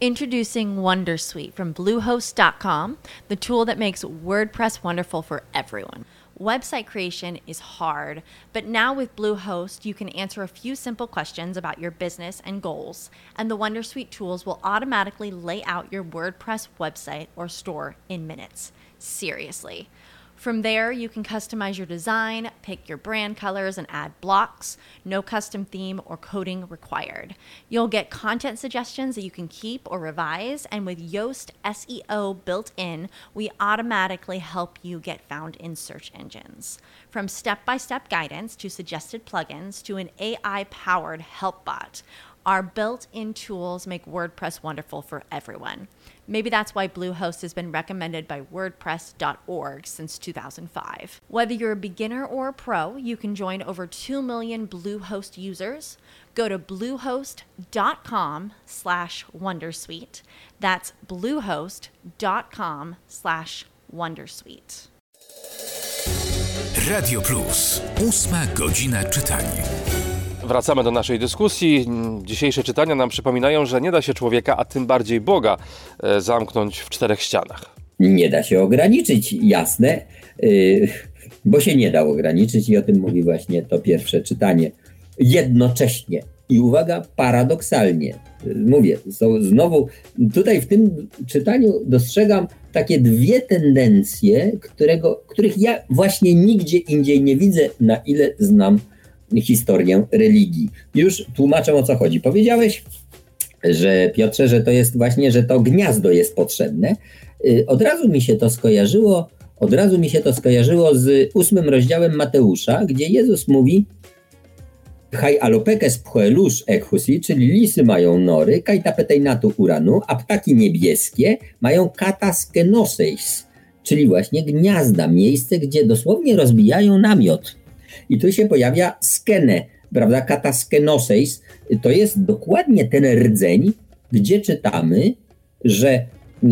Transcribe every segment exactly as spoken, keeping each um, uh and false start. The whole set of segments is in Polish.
Introducing Wondersuite from Bluehost dot com, the tool that makes WordPress wonderful for everyone. Website creation is hard, but now with Bluehost, you can answer a few simple questions about your business and goals, and the Wondersuite tools will automatically lay out your WordPress website or store in minutes. Seriously. From there, you can customize your design, pick your brand colors, and add blocks. No custom theme or coding required. You'll get content suggestions that you can keep or revise, and with Yoast S E O built in, we automatically help you get found in search engines. From step-by-step guidance to suggested plugins to an A I-powered help bot, our built-in tools make WordPress wonderful for everyone. Maybe that's why Bluehost has been recommended by WordPress dot org since two thousand five. Whether you're a beginner or a pro, you can join over two million Bluehost users. Go to bluehost dot com slash wondersuite. That's bluehost dot com slash wondersuite. Radio Plus. Ósma godzina czytania. Wracamy do naszej dyskusji. Dzisiejsze czytania nam przypominają, że nie da się człowieka, a tym bardziej Boga, zamknąć w czterech ścianach. Nie da się ograniczyć, jasne, yy, bo się nie da ograniczyć i o tym mówi właśnie to pierwsze czytanie. Jednocześnie i uwaga, paradoksalnie, mówię, są znowu, tutaj w tym czytaniu dostrzegam takie dwie tendencje, którego, których ja właśnie nigdzie indziej nie widzę, na ile znam historię religii. Już tłumaczę, o co chodzi. Powiedziałeś, że Piotrze, że to jest właśnie, że to gniazdo jest potrzebne. Od razu mi się to skojarzyło, od razu mi się to skojarzyło z ósmym rozdziałem Mateusza, gdzie Jezus mówi: Haj alopekes pchoelusz ekhusi, czyli lisy mają nory, kaj tapetejnatu uranu, a ptaki niebieskie mają kataskenoseis, czyli właśnie gniazda, miejsce, gdzie dosłownie rozbijają namiot. I tu się pojawia skene, prawda, kataskenoseis, to jest dokładnie ten rdzeń, gdzie czytamy, że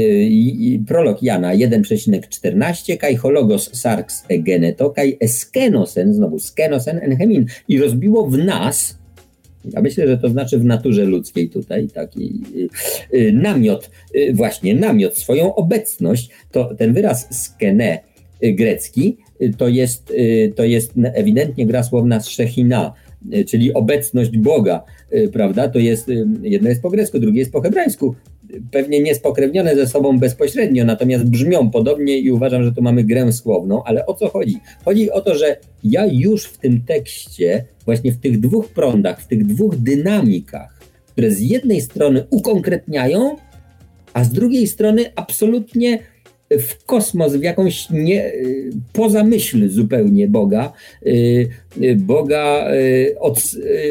y, prolog Jana jeden czternaście, kaj hologos sarx egeneto, kaj eskenosen, znowu skenosen enhemin, i rozbiło w nas, ja myślę, że to znaczy w naturze ludzkiej tutaj, taki y, y, namiot, y, właśnie namiot, swoją obecność, to ten wyraz skene y, grecki, to jest, to jest ewidentnie gra słowna szechina, czyli obecność Boga, prawda? To jest, jedno jest po grecku, drugie jest po hebrajsku. Pewnie nie spokrewnione ze sobą bezpośrednio, natomiast brzmią podobnie i uważam, że tu mamy grę słowną, ale o co chodzi? Chodzi o to, że ja już w tym tekście, właśnie w tych dwóch prądach, w tych dwóch dynamikach, które z jednej strony ukonkretniają, a z drugiej strony absolutnie w kosmos, w jakąś nie, poza myśl zupełnie Boga, Boga od,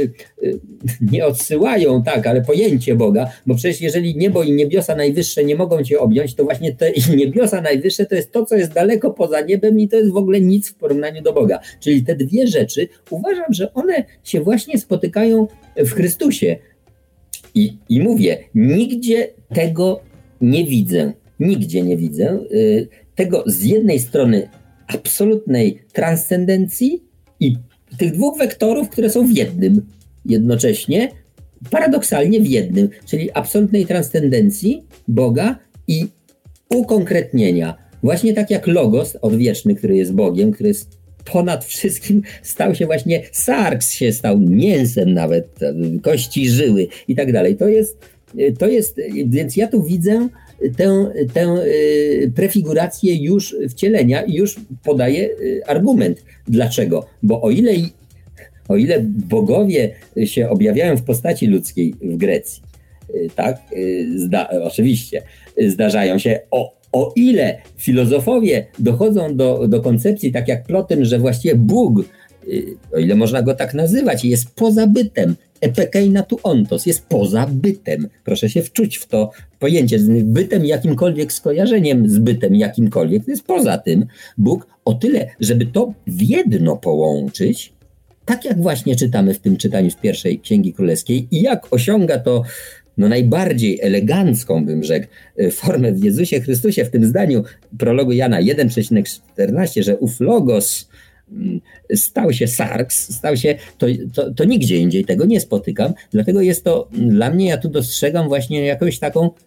nie odsyłają, tak, ale pojęcie Boga, bo przecież jeżeli niebo i niebiosa najwyższe nie mogą cię objąć, to właśnie te niebiosa najwyższe to jest to, co jest daleko poza niebem i to jest w ogóle nic w porównaniu do Boga. Czyli te dwie rzeczy, uważam, że one się właśnie spotykają w Chrystusie. I, i mówię, nigdzie tego nie widzę. Nigdzie nie widzę y, tego z jednej strony absolutnej transcendencji i tych dwóch wektorów, które są w jednym jednocześnie, paradoksalnie w jednym, czyli absolutnej transcendencji Boga i ukonkretnienia. Właśnie tak jak Logos odwieczny, który jest Bogiem, który jest ponad wszystkim, stał się właśnie, sarks się stał mięsem nawet, kości żyły i tak dalej. To jest, to jest, więc ja tu widzę tę, tę prefigurację już wcielenia i już podaję argument. Dlaczego? Bo o ile, o ile bogowie się objawiają w postaci ludzkiej w Grecji, tak, zda, oczywiście zdarzają się, o, o ile filozofowie dochodzą do, do koncepcji, tak jak Plotyn, że właściwie Bóg, o ile można go tak nazywać, jest poza bytem, epekeina tu ontos, jest poza bytem. Proszę się wczuć w to pojęcie, z bytem jakimkolwiek skojarzeniem, z bytem jakimkolwiek, to jest poza tym Bóg, o tyle, żeby to w jedno połączyć, tak jak właśnie czytamy w tym czytaniu z pierwszej Księgi Królewskiej i jak osiąga to no najbardziej elegancką, bym rzekł, formę w Jezusie Chrystusie, w tym zdaniu prologu Jana jeden czternaście, że ów Logos stał się sarks, stał się, to, to, to nigdzie indziej tego nie spotykam, dlatego jest to dla mnie, ja tu dostrzegam właśnie jakąś taką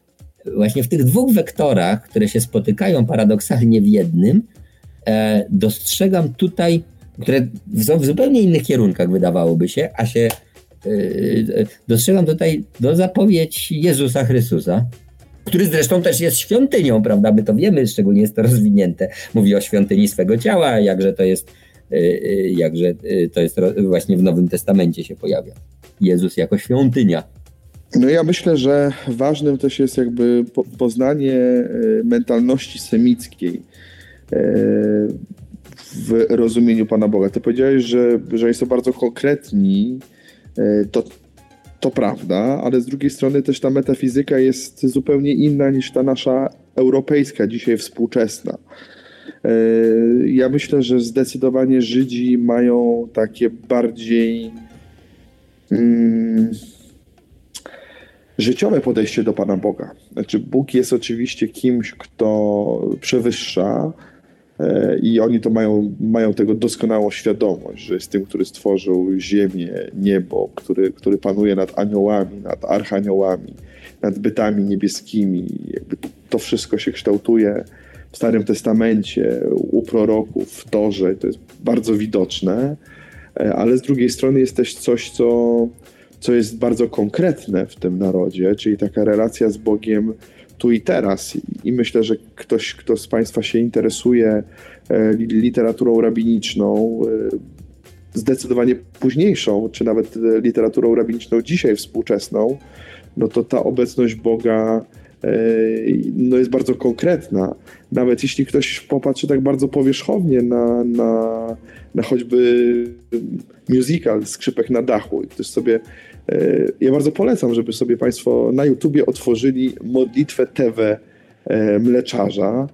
właśnie w tych dwóch wektorach, które się spotykają paradoksalnie w jednym, e, dostrzegam tutaj, które są w zupełnie innych kierunkach, wydawałoby się, a się e, dostrzegam tutaj no, zapowiedź Jezusa Chrystusa, który zresztą też jest świątynią, prawda? My to wiemy, szczególnie jest to rozwinięte. Mówi o świątyni swego ciała, jakże to jest, jakże to jest właśnie w Nowym Testamencie się pojawia. Jezus jako świątynia. No ja myślę, że ważnym też jest jakby poznanie mentalności semickiej w rozumieniu Pana Boga. Ty powiedziałeś, że, że jest to bardzo konkretni, to To prawda, ale z drugiej strony też ta metafizyka jest zupełnie inna niż ta nasza europejska, dzisiaj współczesna. Ja myślę, że zdecydowanie Żydzi mają takie bardziej mm, życiowe podejście do Pana Boga. Znaczy Bóg jest oczywiście kimś, kto przewyższa, i oni to mają, mają tego doskonałą świadomość, że jest tym, który stworzył ziemię, niebo, który, który panuje nad aniołami, nad archaniołami, nad bytami niebieskimi. Jakby to wszystko się kształtuje w Starym Testamencie, u proroków, w Torze. To jest bardzo widoczne, ale z drugiej strony jest też coś, co, co jest bardzo konkretne w tym narodzie, czyli taka relacja z Bogiem tu i teraz. I myślę, że ktoś, kto z Państwa się interesuje literaturą rabiniczną, zdecydowanie późniejszą, czy nawet literaturą rabiniczną dzisiaj współczesną, no to ta obecność Boga no jest bardzo konkretna. Nawet jeśli ktoś popatrzy tak bardzo powierzchownie na, na, na choćby musical Skrzypek na dachu i ktoś sobie ja bardzo polecam, żeby sobie Państwo na YouTubie otworzyli modlitwę Tewę mleczarza.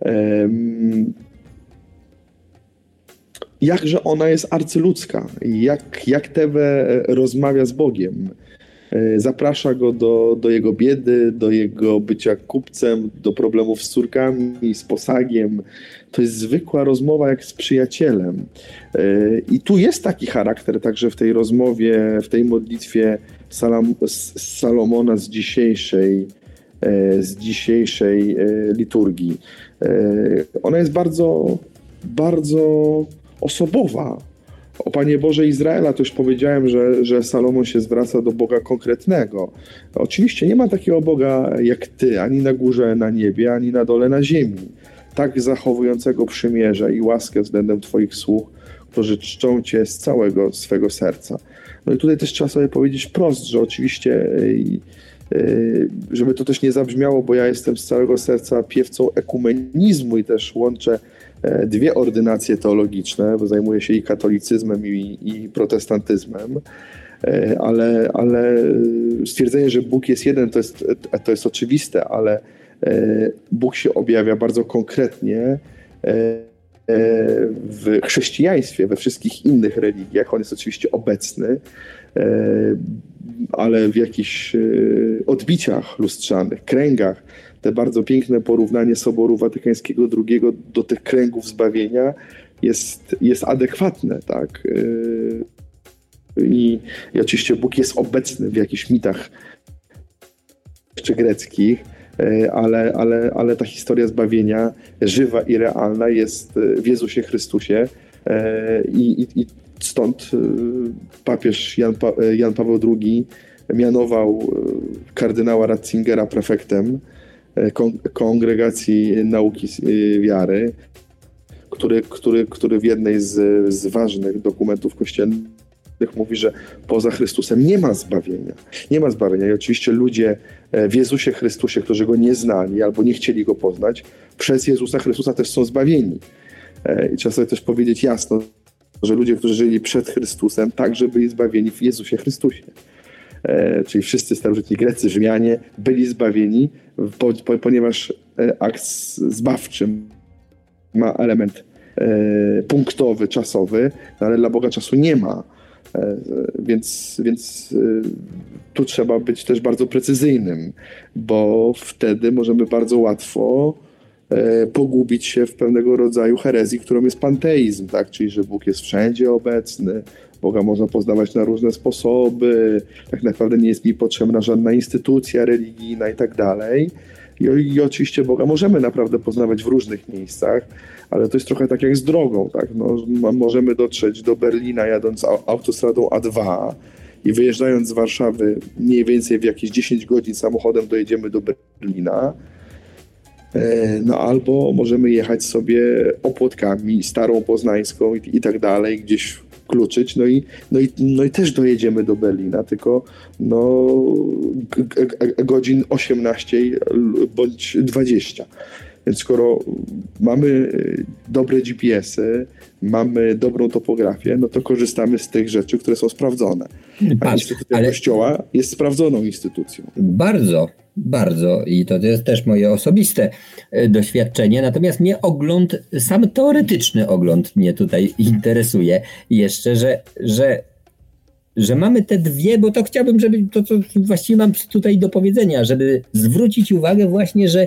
Jakże ona jest arcyludzka. Jak, jak Tewę rozmawia z Bogiem. Zaprasza go do, do jego biedy, do jego bycia kupcem, do problemów z córkami, z posagiem. To jest zwykła rozmowa jak z przyjacielem. I tu jest taki charakter także w tej rozmowie, w tej modlitwie Salam, Salomona z dzisiejszej, z dzisiejszej liturgii. Ona jest bardzo, bardzo osobowa. O Panie Boże Izraela to już powiedziałem, że, że Salomon się zwraca do Boga konkretnego. Oczywiście nie ma takiego Boga jak Ty, ani na górze na niebie, ani na dole na ziemi. Tak zachowującego przymierza i łaskę względem Twoich sług, którzy czczą Cię z całego swego serca. No i tutaj też trzeba sobie powiedzieć wprost, że oczywiście, żeby to też nie zabrzmiało, bo ja jestem z całego serca piewcą ekumenizmu i też łączę dwie ordynacje teologiczne, bo zajmuję się i katolicyzmem, i, i protestantyzmem, ale, ale stwierdzenie, że Bóg jest jeden, to jest, to jest oczywiste, ale Bóg się objawia bardzo konkretnie w chrześcijaństwie, we wszystkich innych religiach. On jest oczywiście obecny, ale w jakichś odbiciach lustrzanych, kręgach. Te bardzo piękne porównanie Soboru Watykańskiego drugiego do tych kręgów zbawienia jest, jest adekwatne, tak? I, I oczywiście Bóg jest obecny w jakichś mitach czy greckich, ale, ale, ale ta historia zbawienia, żywa i realna, jest w Jezusie Chrystusie i, i, i stąd papież Jan, pa, Jan Paweł drugi mianował kardynała Ratzingera prefektem Kon- Kongregacji Nauki Wiary, który, który, który w jednej z, z ważnych dokumentów kościelnych mówi, że poza Chrystusem nie ma zbawienia. Nie ma zbawienia. I oczywiście ludzie w Jezusie Chrystusie, którzy Go nie znali albo nie chcieli Go poznać, przez Jezusa Chrystusa też są zbawieni. I trzeba sobie też powiedzieć jasno, że ludzie, którzy żyli przed Chrystusem, także byli zbawieni w Jezusie Chrystusie. Czyli wszyscy starożytni Grecy, Rzymianie byli zbawieni, po, po, ponieważ akt zbawczy ma element e, punktowy, czasowy, no ale dla Boga czasu nie ma. E, więc więc e, tu trzeba być też bardzo precyzyjnym, bo wtedy możemy bardzo łatwo e, pogubić się w pewnego rodzaju herezji, którą jest panteizm, tak? Czyli że Bóg jest wszędzie obecny, Boga można poznawać na różne sposoby, tak naprawdę nie jest mi potrzebna żadna instytucja religijna i tak dalej. I, I oczywiście Boga możemy naprawdę poznawać w różnych miejscach, ale to jest trochę tak jak z drogą, tak? No, możemy dotrzeć do Berlina jadąc autostradą A dwa i wyjeżdżając z Warszawy mniej więcej w jakieś dziesięć godzin samochodem dojedziemy do Berlina. No albo możemy jechać sobie Opłotkami, Starą Poznańską i, i tak dalej, gdzieś kluczyć, no i, no, i, no i też dojedziemy do Berlina, tylko no, g, g, godzin osiemnaście bądź dwadzieścia. Więc skoro mamy dobre G P S-y, mamy dobrą topografię, no to korzystamy z tych rzeczy, które są sprawdzone. A Patrz, instytucja ale... Kościoła jest sprawdzoną instytucją. Bardzo, bardzo i to jest też moje osobiste doświadczenie, natomiast mnie ogląd, sam teoretyczny ogląd mnie tutaj interesuje jeszcze, że, że, że mamy te dwie, bo to chciałbym, żeby to, co właściwie mam tutaj do powiedzenia, żeby zwrócić uwagę właśnie, że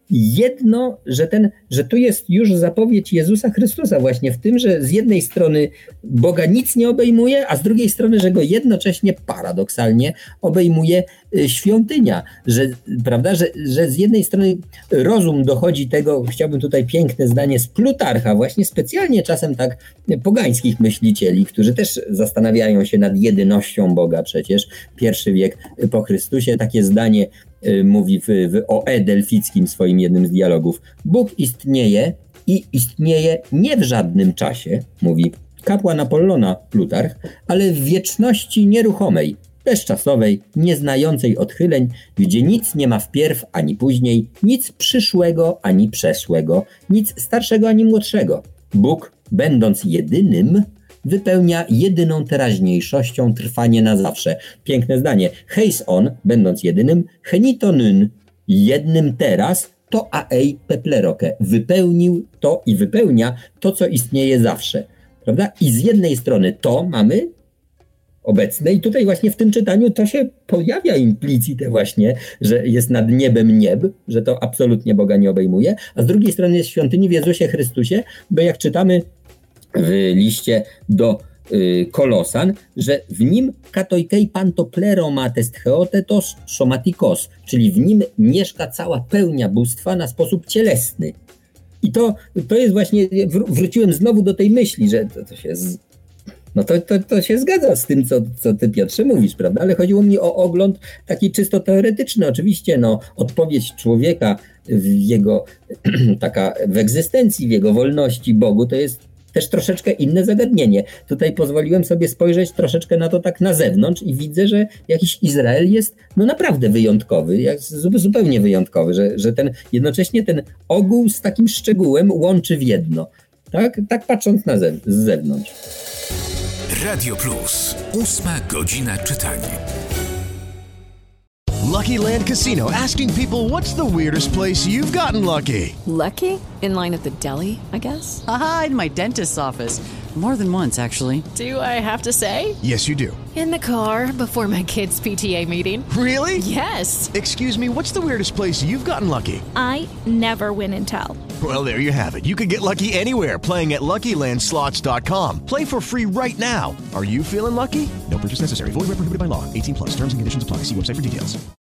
jedno, że, ten, że tu jest już zapowiedź Jezusa Chrystusa właśnie w tym, że z jednej strony Boga nic nie obejmuje, a z drugiej strony, że go jednocześnie paradoksalnie obejmuje świątynia, że, prawda, że, że z jednej strony rozum dochodzi tego, chciałbym tutaj piękne zdanie z Plutarcha, właśnie specjalnie czasem tak pogańskich myślicieli, którzy też zastanawiają się nad jedynością Boga przecież, pierwszy wiek po Chrystusie, takie zdanie mówi w, w O E delfickim swoim jednym z dialogów. Bóg istnieje i istnieje nie w żadnym czasie, mówi kapłan Apollona Plutarch, ale w wieczności nieruchomej, bezczasowej, nieznającej odchyleń, gdzie nic nie ma wpierw ani później, nic przyszłego ani przeszłego, nic starszego ani młodszego. Bóg, będąc jedynym, wypełnia jedyną teraźniejszością trwanie na zawsze. Piękne zdanie. Heis on, będąc jedynym, henito nyn, jednym teraz, to aei pepleroke. Wypełnił to i wypełnia to, co istnieje zawsze. Prawda? I z jednej strony to mamy obecne i tutaj właśnie w tym czytaniu to się pojawia implicite właśnie, że jest nad niebem nieb, że to absolutnie Boga nie obejmuje, a z drugiej strony jest świątyni w Jezusie Chrystusie, bo jak czytamy w liście do y, Kolosan, że w nim katoikei pantopleromatest theotetos somatikos, czyli w nim mieszka cała pełnia bóstwa na sposób cielesny. I to, to jest właśnie, wr- wróciłem znowu do tej myśli, że to, to się z, no to, to, to się zgadza z tym, co, co ty, Piotrze, mówisz, prawda? Ale chodziło mi o ogląd taki czysto teoretyczny. Oczywiście, no, odpowiedź człowieka w jego, taka w egzystencji, w jego wolności Bogu, to jest też troszeczkę inne zagadnienie. Tutaj pozwoliłem sobie spojrzeć troszeczkę na to tak na zewnątrz i widzę, że jakiś Izrael jest no naprawdę wyjątkowy, jak zupełnie wyjątkowy, że, że ten, jednocześnie ten ogół z takim szczegółem łączy w jedno. Tak, tak patrząc na zew- z zewnątrz. Radio Plus. Ósma godzina czytania. Lucky Land Casino, asking people, what's the weirdest place you've gotten lucky? Lucky? In line at the deli, I guess? Aha, in my dentist's office. More than once, actually. Do I have to say? Yes, you do. In the car before my kids' P T A meeting. Really? Yes. Excuse me, what's the weirdest place you've gotten lucky? I never win and tell. Well, there you have it. You can get lucky anywhere, playing at Lucky Land Slots dot com. Play for free right now. Are you feeling lucky? No purchase necessary. Void where prohibited by law. eighteen plus. Terms and conditions apply. See website for details.